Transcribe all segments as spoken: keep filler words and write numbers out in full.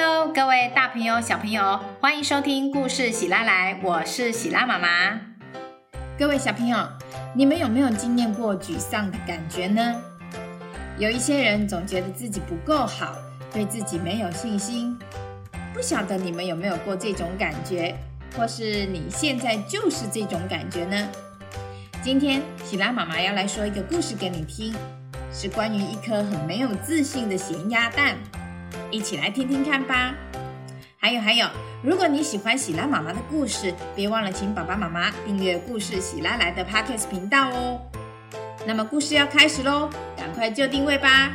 Hello， 各位大朋友、小朋友，欢迎收听故事喜拉来，我是喜拉妈妈。各位小朋友，你们有没有经验过沮丧的感觉呢？有一些人总觉得自己不够好，对自己没有信心。不晓得你们有没有过这种感觉，或是你现在就是这种感觉呢？今天喜拉妈妈要来说一个故事给你听，是关于一颗很没有自信的咸鸭蛋，一起来听听看吧。还有还有，如果你喜欢喜拉妈妈的故事，别忘了请爸爸妈妈订阅故事喜拉来的 Podcast 频道哦。那么故事要开始咯，赶快就定位吧。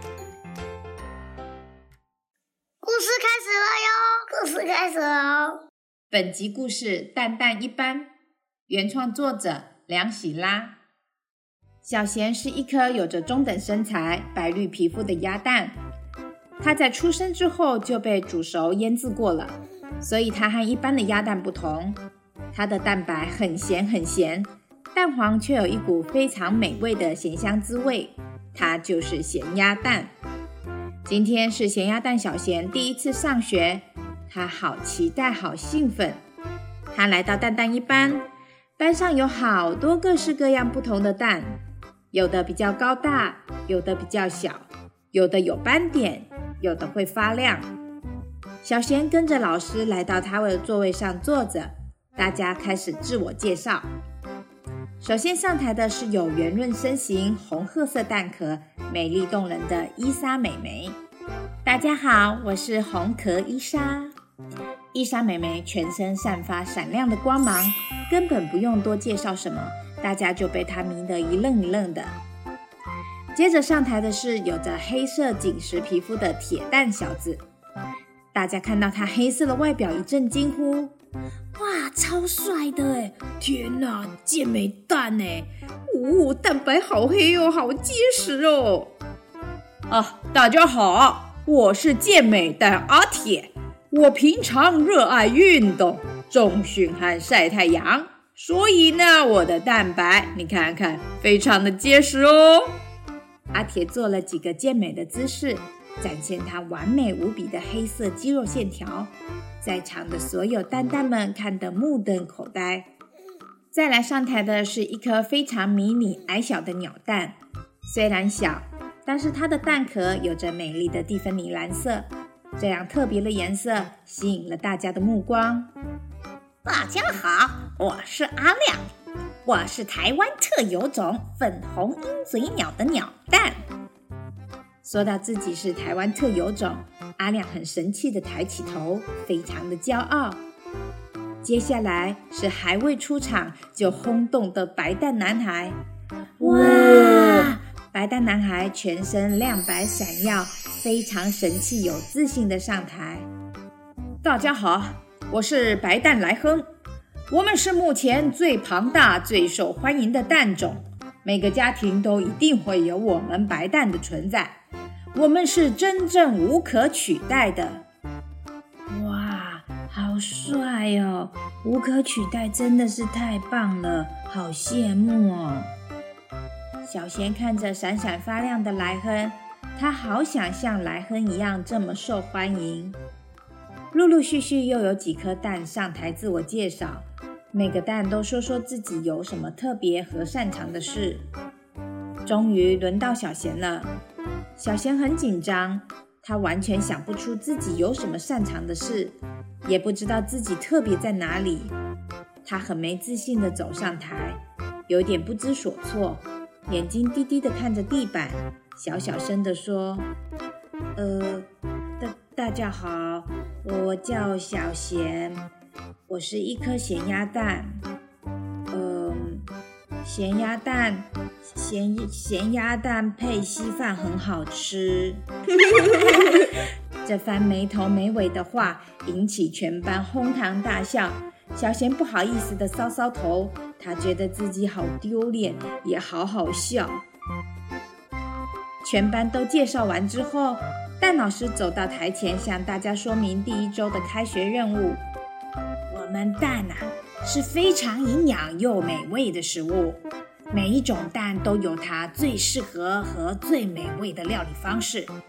故事开始了哟，故事开始了。 本集故事淡淡一般，原创作者梁喜拉。小贤是一颗有着中等身材、白绿皮肤的鸭蛋，它在出生之后就被煮熟腌制过了，所以它和一般的鸭蛋不同。它的蛋白很咸很咸，蛋黄却有一股非常美味的咸香滋味，它就是咸鸭蛋。今天是咸鸭蛋小贤第一次上学，他好期待好兴奋。他来到蛋蛋一班，班上有好多各式各样不同的蛋，有的比较高大，有的比较小，有的有斑点，有的会发亮。小贤跟着老师来到他的座位上坐着，大家开始自我介绍。首先上台的是有圆润身形、红褐色蛋壳、美丽动人的伊莎美眉。大家好，我是红壳伊莎。伊莎美眉全身散发闪亮的光芒，根本不用多介绍什么，大家就被她迷得一愣一愣的。接着上台的是有着黑色紧实皮肤的铁蛋小子，大家看到他黑色的外表一阵惊呼，哇，超帅的耶！天哪，健美蛋耶！哦，蛋白好黑哦，好结实哦！啊，大家好，我是健美蛋阿铁，我平常热爱运动、重训和晒太阳，所以呢，我的蛋白你看看，非常的结实哦。阿铁做了几个健美的姿势，展现他完美无比的黑色肌肉线条，在场的所有蛋蛋们看得目瞪口呆。再来上台的是一颗非常迷你矮小的鸟蛋，虽然小，但是它的蛋壳有着美丽的蒂芬尼蓝色，这样特别的颜色吸引了大家的目光。 大家好，我是阿亮，我是台湾特有种粉红鹰嘴鸟的鸟蛋。 说到自己是台湾特有种，阿亮很神气地抬起头，非常的骄傲。接下来是还未出场就轰动的白蛋男孩。哇！白蛋男孩全身亮白闪耀，非常神气有自信地上台。大家好，我是白蛋来亨，我们是目前最庞大、最受欢迎的蛋种，每个家庭都一定会有我们白蛋的存在，我们是真正无可取代的。哇，好帅哦！无可取代真的是太棒了，好羡慕哦。小贤看着闪闪发亮的来亨，他好想像来亨一样这么受欢迎。陆陆续续又有几颗蛋上台自我介绍，每个蛋都说说自己有什么特别和擅长的事。终于轮到小贤了，小贤很紧张，他完全想不出自己有什么擅长的事，也不知道自己特别在哪里。他很没自信地走上台，有点不知所措，眼睛低低地看着地板，小小声地说，呃，大大家好，我叫小贤，我是一颗咸鸭蛋。嗯，咸鸭蛋，咸咸鸭蛋配稀饭很好吃。这番没头没尾的话引起全班哄堂大笑。小贤不好意思地搔搔头，他觉得自己好丢脸，也好好笑。全班都介绍完之后，蛋老师走到台前向大家说明第一周的开学任务。我们蛋啊，是非常营养又美味的食物，每一种蛋都有它最适合和最美味的料理方式。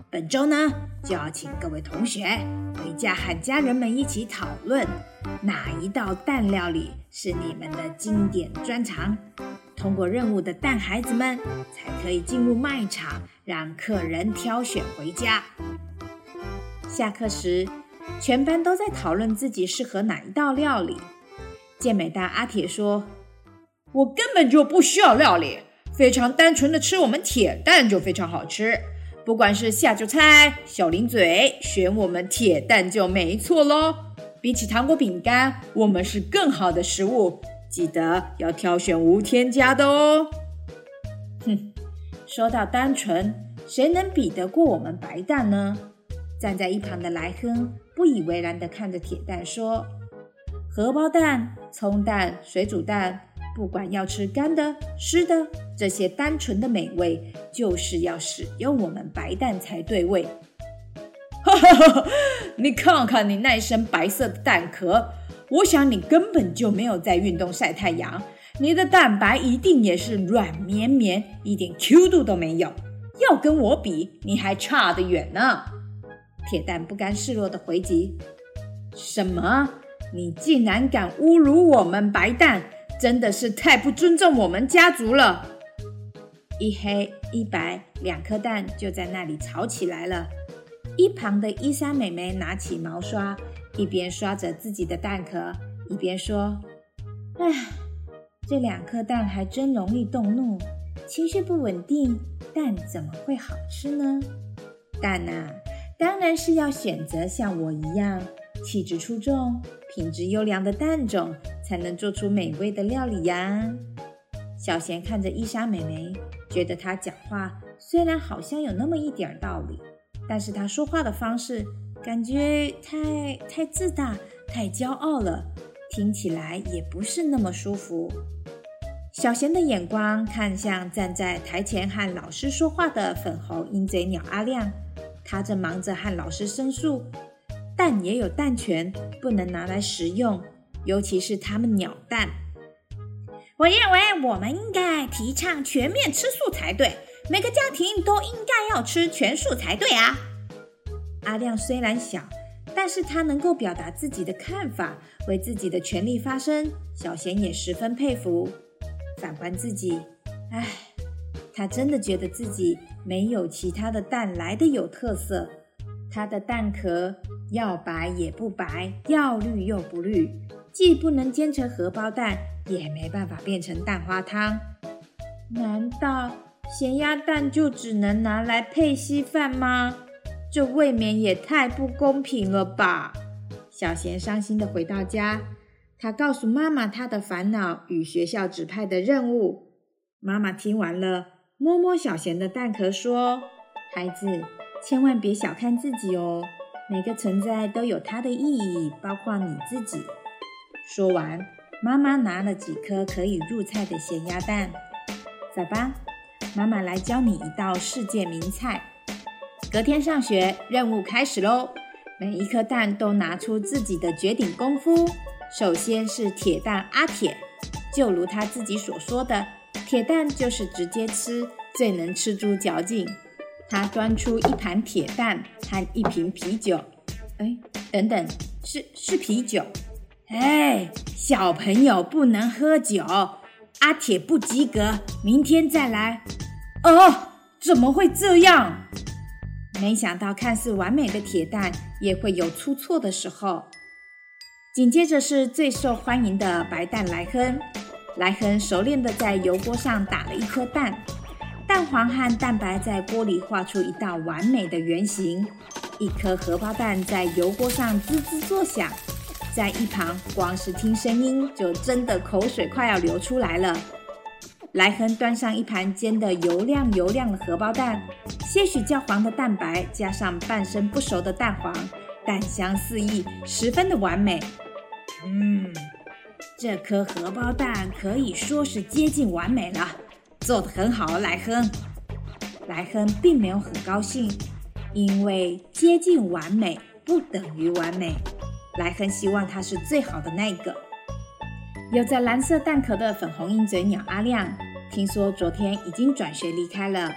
本周呢，就要请各位同学回家和家人们一起讨论，哪一道蛋料理是你们的经典专长。通过任务的蛋孩子们才可以进入卖场，让客人挑选回家。下课时，全班都在讨论自己适合哪一道料理。健美蛋阿铁说：“ 我根本就不需要料理，非常单纯的吃我们铁蛋就非常好吃。不管是下酒菜、小零嘴，选我们铁蛋就没错咯。比起糖果饼干，我们是更好的食物。记得要挑选无添加的哦。” 哼，说到单纯，谁能比得过我们白蛋呢？站在一旁的莱亨不以为然地看着铁蛋说：“荷包蛋、葱蛋、水煮蛋，不管要吃干的、湿的，这些单纯的美味，就是要使用我们白蛋才对味。” 哈哈哈！你看看你那一身白色的蛋壳，我想你根本就没有在运动晒太阳，你的蛋白一定也是软绵绵，一点 Q 度都没有。要跟我比，你还差得远呢。 铁蛋不甘示弱地回击：“什么？你竟然敢侮辱我们白蛋，真的是太不尊重我们家族了！”一黑一白两颗蛋就在那里吵起来了。一旁的伊莎妹妹拿起毛刷，一边刷着自己的蛋壳，一边说：“唉，这两颗蛋还真容易动怒，情绪不稳定，蛋怎么会好吃呢？蛋啊，当然是要选择像我一样气质出众、品质优良的蛋种，才能做出美味的料理呀。”小贤看着伊莎妹妹，觉得她讲话虽然好像有那么一点道理，但是她说话的方式感觉太太自大、太骄傲了，听起来也不是那么舒服。小贤的眼光看向站在台前和老师说话的粉红鹰嘴鸟阿亮，他正忙着和老师申诉，蛋也有蛋权，不能拿来食用，尤其是他们鸟蛋。 我认为我们应该提倡全面吃素才对，每个家庭都应该要吃全素才对啊。 阿亮虽然小，但是他能够表达自己的看法，为自己的权利发声，小贤也十分佩服。反观自己，唉，他真的觉得自己没有其他的蛋来得有特色。他的蛋壳要白也不白，要绿又不绿，既不能煎成荷包蛋，也没办法变成蛋花汤。难道咸鸭蛋就只能拿来配稀饭吗？这未免也太不公平了吧！小贤伤心地回到家，他告诉妈妈他的烦恼与学校指派的任务。妈妈听完了，摸摸小贤的蛋壳说：“孩子，千万别小看自己哦，每个存在都有它的意义，包括你自己。”说完，妈妈拿了几颗可以入菜的咸鸭蛋。走吧，妈妈来教你一道世界名菜。隔天上学，任务开始咯，每一颗蛋都拿出自己的绝顶功夫。首先是铁蛋阿铁，就如他自己所说的，铁蛋就是直接吃，最能吃出嚼劲。他端出一盘铁蛋和一瓶啤酒。哎，等等，是是啤酒。哎，小朋友不能喝酒，阿铁不及格，明天再来。哦，怎么会这样？没想到看似完美的铁蛋也会有出错的时候。紧接着是最受欢迎的白蛋莱亨，莱亨熟练地在油锅上打了一颗蛋，蛋黄和蛋白在锅里画出一道完美的圆形，一颗荷包蛋在油锅上滋滋作响，在一旁光是听声音就真的口水快要流出来了。莱亨端上一盘煎得油亮油亮的荷包蛋，些许焦黄的蛋白加上半生不熟的蛋黄，蛋香四溢，十分的完美。嗯，这颗荷包蛋可以说是接近完美了，做得很好，莱亨。莱亨并没有很高兴，因为接近完美不等于完美。莱亨希望他是最好的那个。有着蓝色蛋壳的粉红鹰嘴鸟阿亮，听说昨天已经转学离开了。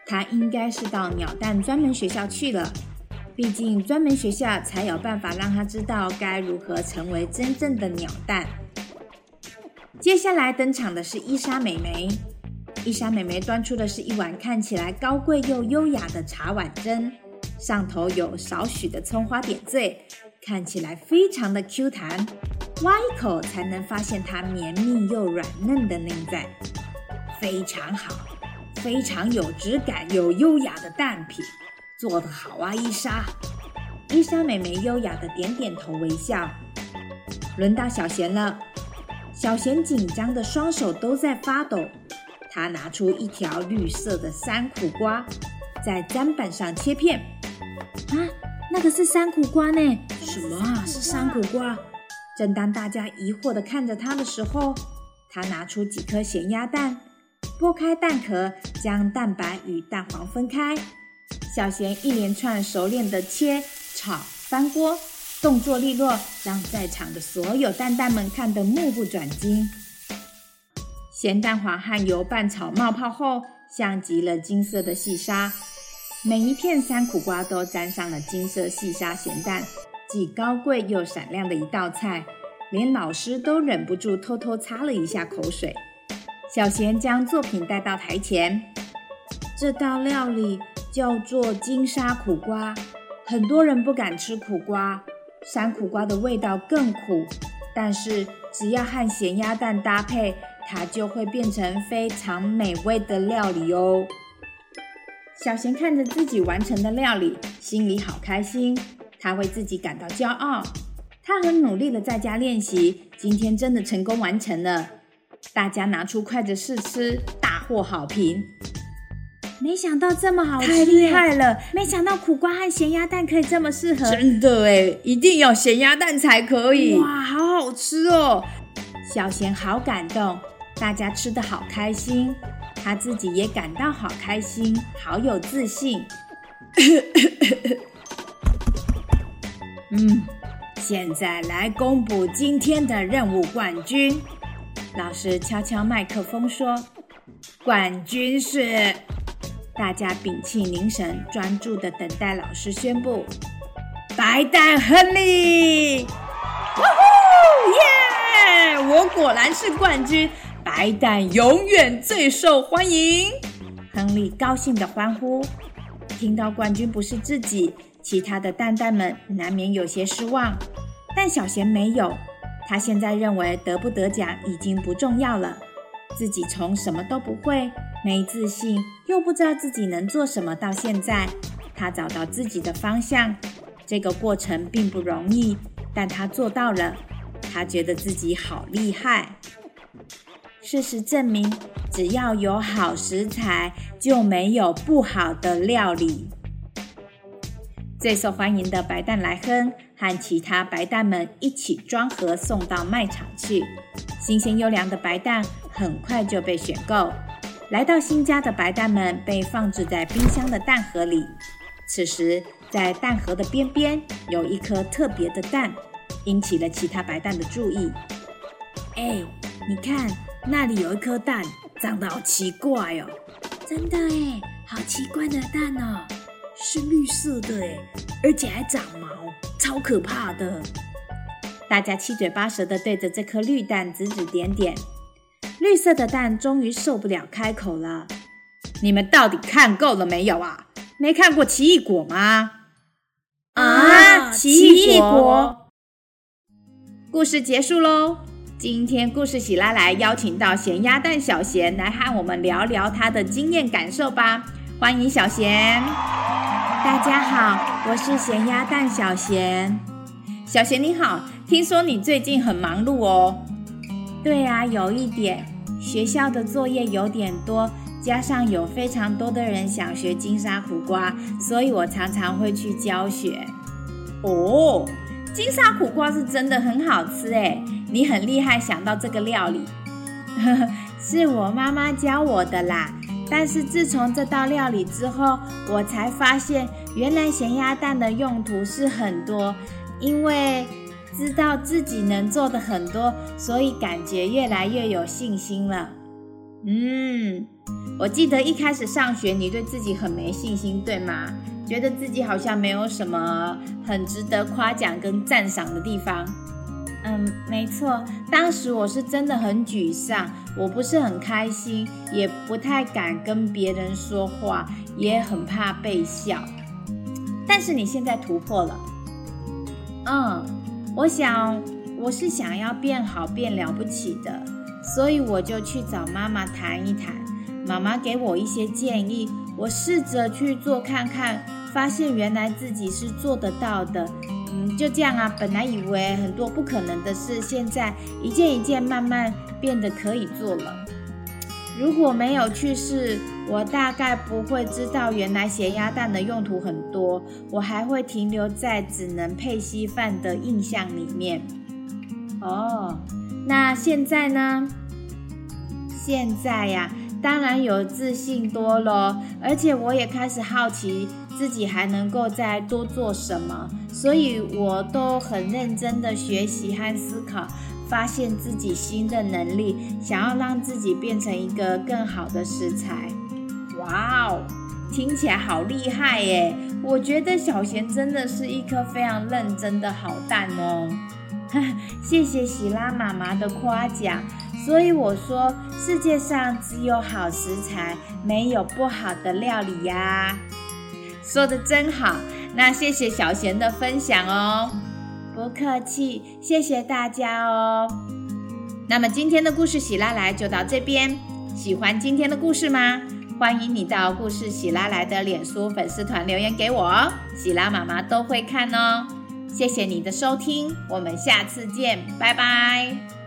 他应该是到鸟蛋专门学校去了，毕竟专门学校才有办法让他知道该如何成为真正的鸟蛋。接下来登场的是伊莎美眉，伊莎美眉端出的是一碗看起来高贵又优雅的茶碗蒸，上头有少许的葱花点缀，看起来非常的 Q 弹，挖一口才能发现它绵密又软嫩的内在。非常好，非常有质感又优雅的蛋品，做得好啊，伊莎。伊莎美眉优雅的点点头微笑。轮到小贤了，小贤紧张的双手都在发抖，他拿出一条绿色的山苦瓜，在砧板上切片。啊，那个是山苦瓜呢？ 什么啊？是山苦瓜？ 正当大家疑惑的看着他的时候，他拿出几颗咸鸭蛋，剥开蛋壳，将蛋白与蛋黄分开。小贤一连串熟练的切、炒、翻锅，动作利落，让在场的所有蛋蛋们看得目不转睛。咸蛋黄和油拌炒冒泡后，像极了金色的细沙，每一片山苦瓜都沾上了金色细沙咸蛋，既高贵又闪亮的一道菜，连老师都忍不住偷偷擦了一下口水。小贤将作品带到台前，这道料理叫做金沙苦瓜，很多人不敢吃苦瓜，山苦瓜的味道更苦，但是只要和咸鸭蛋搭配，它就会变成非常美味的料理哦。小贤看着自己完成的料理，心里好开心，他为自己感到骄傲。他很努力的在家练习，今天真的成功完成了。大家拿出筷子试吃，大获好评。没想到这么好吃， 太厉害了！ 没想到苦瓜和咸鸭蛋可以这么适合， 真的耶，一定要咸鸭蛋才可以。 哇，好好吃哦！小贤好感动，大家吃得好开心，他自己也感到好开心，好有自信。嗯，现在来公布今天的任务冠军。老师敲敲麦克风说，冠军是……大家屏气凝神，专注地等待老师宣布。白蛋亨利！哇呼耶！我果然是冠军，白蛋永远最受欢迎。亨利高兴地欢呼。听到冠军不是自己，其他的蛋蛋们难免有些失望，但小贤没有。他现在认为得不得奖已经不重要了，自己从什么都不会，没自信，又不知道自己能做什么，到现在他找到自己的方向。这个过程并不容易，但他做到了，他觉得自己好厉害。事实证明，只要有好食材，就没有不好的料理。最受欢迎的白蛋来亨和其他白蛋们一起装盒送到卖场去。新鲜优良的白蛋很快就被选购，来到新家的白蛋们被放置在冰箱的蛋盒里。此时，在蛋盒的边边有一颗特别的蛋，引起了其他白蛋的注意。 哎，你看，那里有一颗蛋，长得好奇怪哦。真的哎，好奇怪的蛋哦。是绿色的耶，而且还长毛，超可怕的。 大家七嘴八舌地对着这颗绿蛋指指点点。绿色的蛋终于受不了，开口了：你们到底看够了没有啊？没看过奇异果吗？ 啊， 奇异果！故事结束咯。今天故事喜拉来邀请到咸鸭蛋小贤来和我们聊聊他的经验感受吧。欢迎小贤。大家好，我是咸鸭蛋小贤。小贤你好，听说你最近很忙碌哦。对啊，有一点，学校的作业有点多，加上有非常多的人想学金沙苦瓜，所以我常常会去教学。哦，金沙苦瓜是真的很好吃耶，你很厉害，想到这个料理。呵呵，是我妈妈教我的啦。但是自从这道料理之后，我才发现原来咸鸭蛋的用途是很多，因为知道自己能做的很多，所以感觉越来越有信心了。 嗯，我记得一开始上学你对自己很没信心，对吗？觉得自己好像没有什么很值得夸奖跟赞赏的地方。嗯，没错，当时我是真的很沮丧，我不是很开心，也不太敢跟别人说话，也很怕被笑。但是你现在突破了。嗯，我想我是想要变好变了不起的，所以我就去找妈妈谈一谈。妈妈给我一些建议，我试着去做看看，发现原来自己是做得到的。嗯，就这样啊，本来以为很多不可能的事，现在一件一件慢慢变得可以做了。如果没有去试，我大概不会知道原来咸鸭蛋的用途很多，我还会停留在只能配稀饭的印象里面。哦，那现在呢？现在呀，当然有自信多了，而且我也开始好奇自己还能够再多做什么，所以我都很认真的学习和思考，发现自己新的能力，想要让自己变成一个更好的食材。哇哦，听起来好厉害耶！我觉得小贤真的是一颗非常认真的好蛋哦。谢谢喜拉妈妈的夸奖，所以我说世界上只有好食材，没有不好的料理呀。说得真好，那谢谢小贤的分享哦。不客气，谢谢大家哦。那么今天的故事喜拉来就到这边，喜欢今天的故事吗？欢迎你到故事喜拉来的脸书粉丝团留言给我哦，喜拉妈妈都会看哦。谢谢你的收听，我们下次见，拜拜。